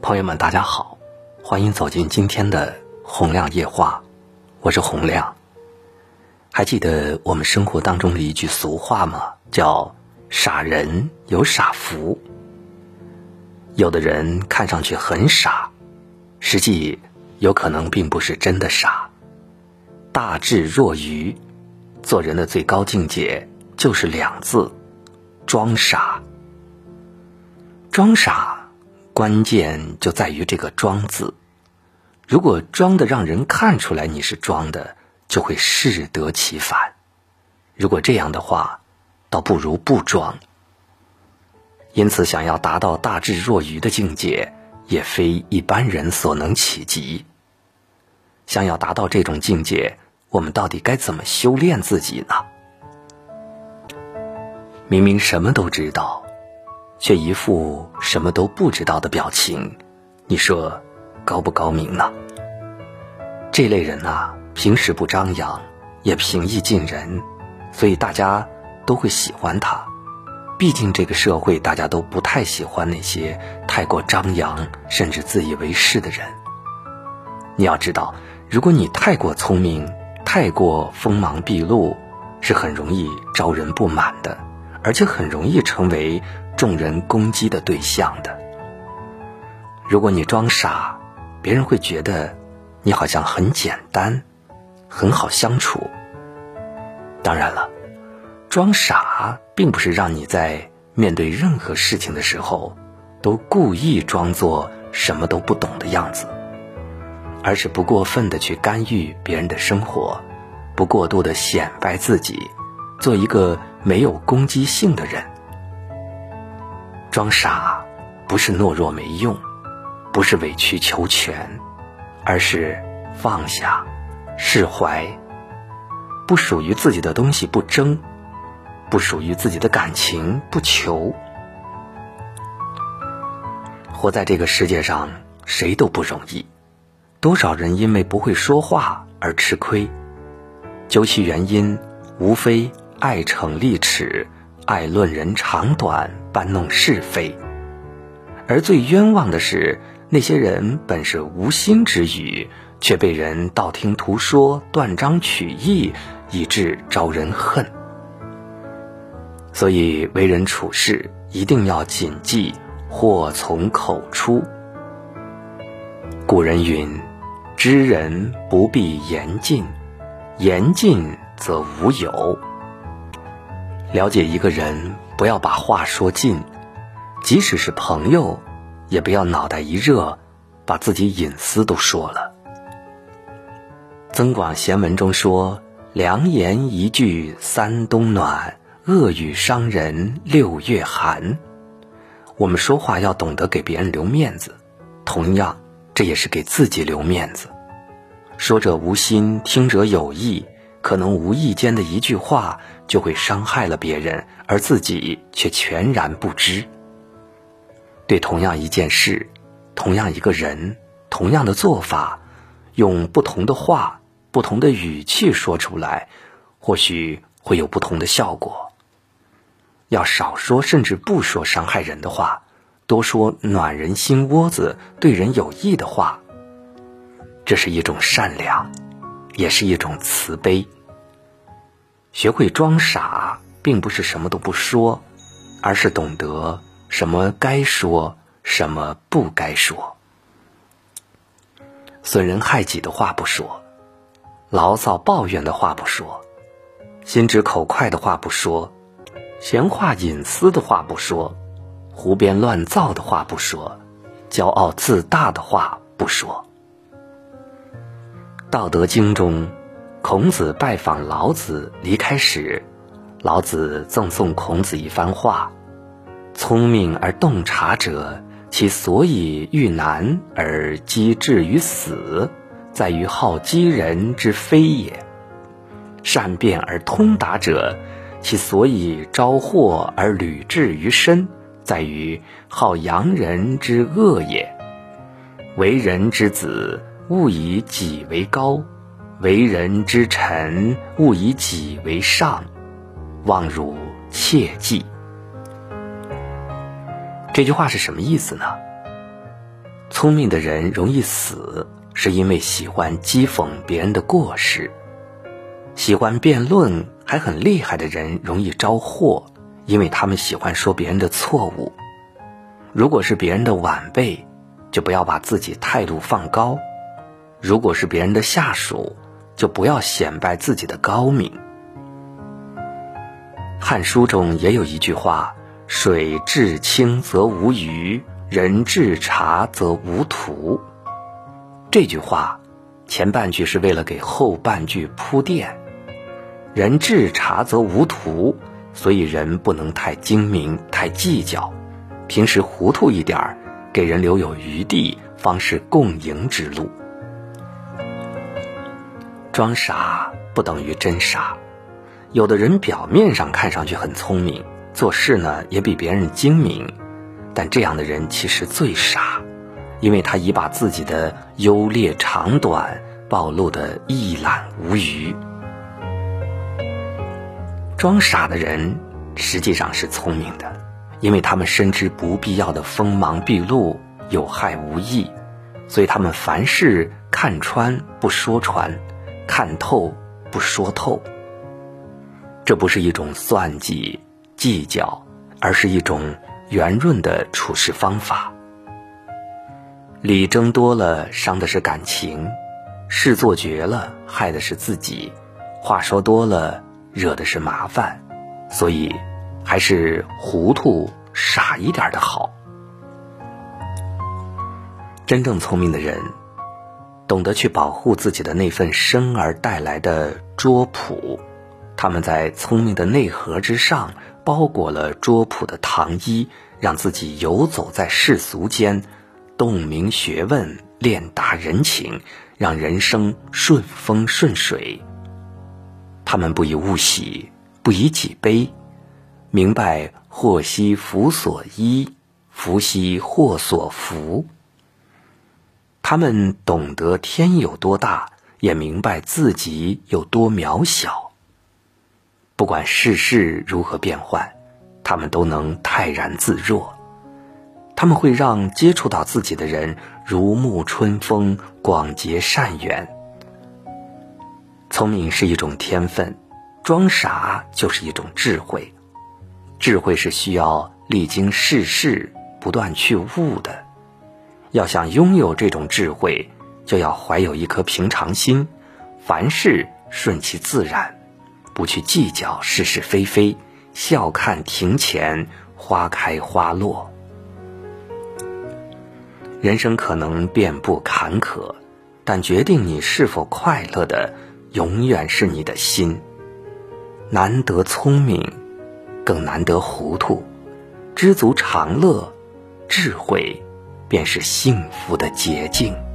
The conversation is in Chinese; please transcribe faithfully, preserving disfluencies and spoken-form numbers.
朋友们大家好，欢迎走进今天的洪亮夜话，我是洪亮。还记得我们生活当中的一句俗话吗？叫傻人有傻福。有的人看上去很傻，实际有可能并不是真的傻。大智若愚，做人的最高境界就是两字：装傻。装傻关键就在于这个装字，如果装的让人看出来你是装的，就会适得其反。如果这样的话，倒不如不装。因此想要达到大智若愚的境界，也非一般人所能企及。想要达到这种境界，我们到底该怎么修炼自己呢？明明什么都知道，却一副什么都不知道的表情，你说高不高明呢？这类人啊，平时不张扬，也平易近人，所以大家都会喜欢他。毕竟这个社会大家都不太喜欢那些太过张扬甚至自以为是的人。你要知道，如果你太过聪明，太过锋芒毕露，是很容易招人不满的，而且很容易成为众人攻击的对象的。如果你装傻，别人会觉得你好像很简单，很好相处。当然了，装傻并不是让你在面对任何事情的时候都故意装作什么都不懂的样子，而是不过分的去干预别人的生活，不过度的显摆自己，做一个没有攻击性的人。装傻不是懦弱没用，不是委曲求全，而是放下、释怀，不属于自己的东西不争，不属于自己的感情不求。活在这个世界上，谁都不容易，多少人因为不会说话而吃亏，究其原因，无非爱逞利齿，爱论人长短，搬弄是非。而最冤枉的是，那些人本是无心之语，却被人道听途说，断章取义，以致招人恨。所以为人处事一定要谨记祸从口出。古人云，知人不必言尽，言尽则无有。了解一个人，不要把话说尽，即使是朋友，也不要脑袋一热，把自己隐私都说了。增广贤文中说，良言一句三冬暖，恶语伤人六月寒。我们说话要懂得给别人留面子，同样这也是给自己留面子。说者无心，听者有意，可能无意间的一句话就会伤害了别人，而自己却全然不知。对同样一件事，同样一个人，同样的做法，用不同的话，不同的语气说出来，或许会有不同的效果。要少说甚至不说伤害人的话，多说暖人心窝子，对人有益的话。这是一种善良，也是一种慈悲。学会装傻，并不是什么都不说，而是懂得什么该说，什么不该说。损人害己的话不说，牢骚抱怨的话不说，心直口快的话不说，闲话隐私的话不说，胡编乱造的话不说，骄傲自大的话不说。道德经中，孔子拜访老子离开时，老子赠送孔子一番话：聪明而洞察者，其所以遇难而机至于死，在于好击人之非也。善辩而通达者，其所以招祸而屡至于身，在于好扬人之恶也。为人之子，勿以己为高，为人之臣，勿以己为上，望汝切记。这句话是什么意思呢？ 聪明的人容易死，是因为喜欢讥讽别人的过失；喜欢辩论还很厉害的人容易招祸，因为他们喜欢说别人的错误。如果是别人的晚辈，就不要把自己态度放高；如果是别人的下属，就不要显摆自己的高明。汉书中也有一句话：水至清则无鱼，人至察则无徒。这句话前半句是为了给后半句铺垫，人至察则无徒，所以人不能太精明太计较，平时糊涂一点，给人留有余地，方是共赢之路。装傻不等于真傻，有的人表面上看上去很聪明，做事呢也比别人精明，但这样的人其实最傻，因为他已把自己的优劣长短暴露得一览无余。装傻的人实际上是聪明的，因为他们深知不必要的锋芒毕露有害无益，所以他们凡事看穿不说穿，看透不说透。这不是一种算计计较，而是一种圆润的处事方法。理争多了伤的是感情，事做绝了害的是自己，话说多了惹的是麻烦，所以还是糊涂傻一点的好。真正聪明的人懂得去保护自己的那份生而带来的拙朴，他们在聪明的内核之上包裹了拙朴的糖衣，让自己游走在世俗间，洞明学问，练达人情，让人生顺风顺水。他们不以物喜，不以己悲，明白祸兮福所依，福兮祸所伏。他们懂得天有多大，也明白自己有多渺小。不管世事如何变幻，他们都能泰然自若。他们会让接触到自己的人如沐春风，广结善缘。聪明是一种天分，装傻就是一种智慧。智慧是需要历经世事不断去悟的。要想拥有这种智慧，就要怀有一颗平常心，凡事顺其自然，不去计较是是非非，笑看庭前花开花落。人生可能遍布坎坷，但决定你是否快乐的永远是你的心。难得聪明，更难得糊涂，知足常乐，智慧便是幸福的捷径。